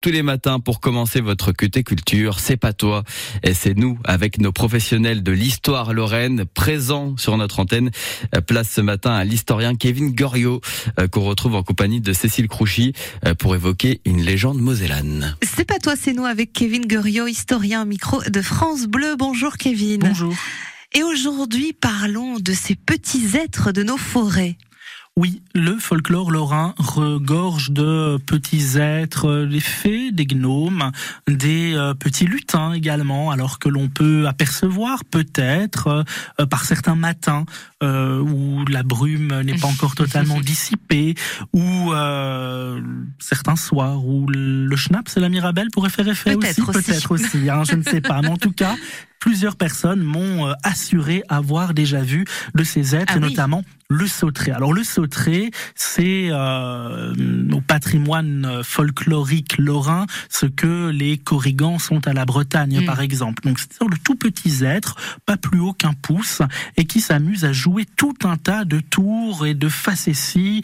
tous les matins pour commencer votre QT Culture. C'est pas toi, et c'est nous avec nos professionnels de l'histoire lorraine présents sur notre antenne. Place ce matin à l'historien Kevin Goriot qu'on retrouve en compagnie de Cécile Crouchy pour évoquer une légende mosellane. C'est pas toi, c'est nous avec Kevin Goriot, historien micro de France Bleu. Bonjour Kevin. Bonjour. Et aujourd'hui, parlons de ces petits êtres de nos forêts. Oui, le folklore lorrain regorge de petits êtres, des fées, des gnomes, des petits lutins également, alors que l'on peut apercevoir peut-être par certains matins où la brume n'est pas encore totalement dissipée, ou certains soirs où le schnapps et la mirabelle pourraient faire effet peut-être aussi, hein, je ne sais pas, mais en tout cas, plusieurs personnes m'ont assuré avoir déjà vu de ces êtres, notamment le sauteré. Alors le sauteré, c'est au patrimoine folklorique lorrain ce que les corrigans sont à la Bretagne, par exemple. Donc c'est le tout petits êtres, pas plus haut qu'un pouce, et qui s'amusent à jouer tout un tas de tours et de facéties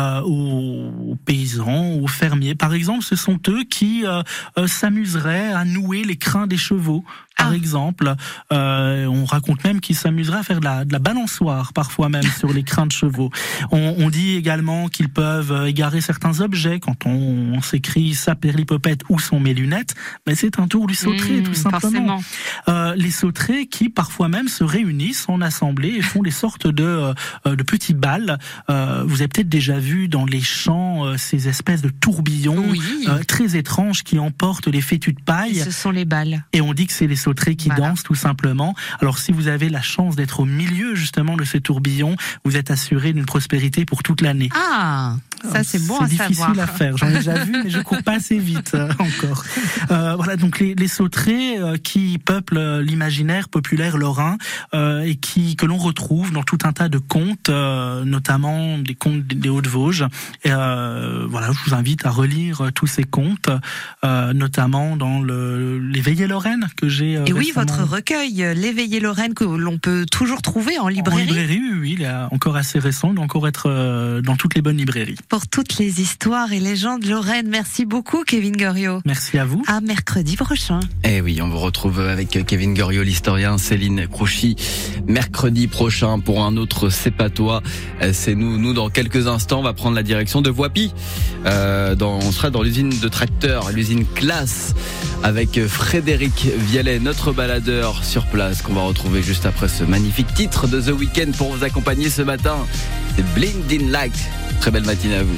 aux paysans, aux fermiers. Par exemple, ce sont eux qui s'amuseraient à nouer les crins des chevaux. Par exemple, on raconte même qu'ils s'amuseraient à faire de la balançoire, parfois même, sur les crins de chevaux. On dit également qu'ils peuvent égarer certains objets quand on s'écrit sa pérlipopette ou son mes lunettes, mais c'est un tour du sauteré, tout simplement. Les sauterés qui, parfois même, se réunissent en assemblée et font des sortes de petits bals. Vous avez peut-être déjà vu dans les champs ces espèces de tourbillons très étranges qui emportent les fétus de paille. Ce sont les bals. Et on dit que c'est les sauterés qui dansent, tout simplement. Alors si vous avez la chance d'être au milieu justement de ces tourbillons, vous êtes assuré d'une prospérité pour toute l'année. Ah, ça c'est bon à savoir. C'est difficile à faire, j'en ai déjà vu, mais je cours pas assez vite encore. Voilà, donc les sauterés qui peuplent l'imaginaire populaire lorrain et que l'on retrouve dans tout un tas de contes, notamment des contes des Hauts-de-Vosges. Voilà, je vous invite à relire tous ces contes, notamment dans l'Éveillé Lorraine que j'ai et oui, votre recueil, l'Éveillé Lorraine, que l'on peut toujours trouver en librairie. En librairie, oui, il est encore assez récent, il doit encore être dans toutes les bonnes librairies. Pour toutes les histoires et légendes lorraines, merci beaucoup Kevin Goriot. Merci à vous. À mercredi prochain. Eh oui, on vous retrouve avec Kevin Goriot, l'historien, Céline Crouchy, mercredi prochain pour un autre C'est pas toi. C'est nous. Nous, dans quelques instants, on va prendre la direction de Voipy. On sera dans l'usine de tracteurs, l'usine Classe, avec Frédéric Vialet, notre baladeur sur place, qu'on va retrouver juste après ce magnifique titre de The Weeknd pour vous accompagner ce matin. C'est Blinding Light. Très belle matinée à vous.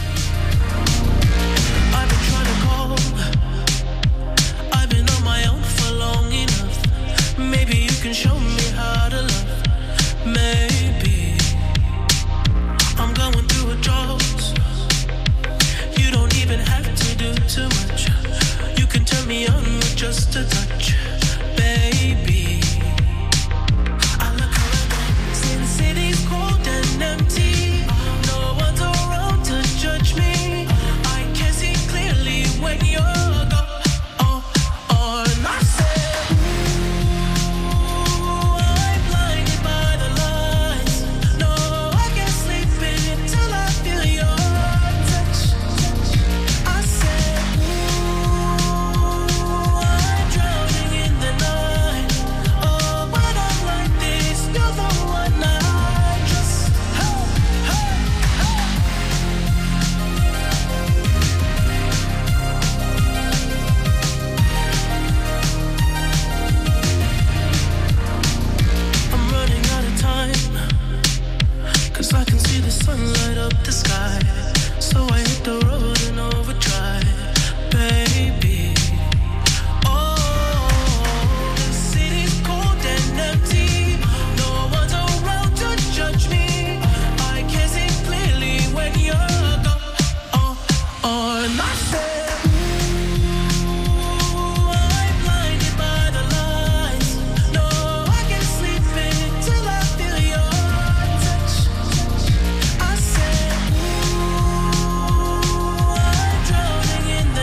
Just a touch.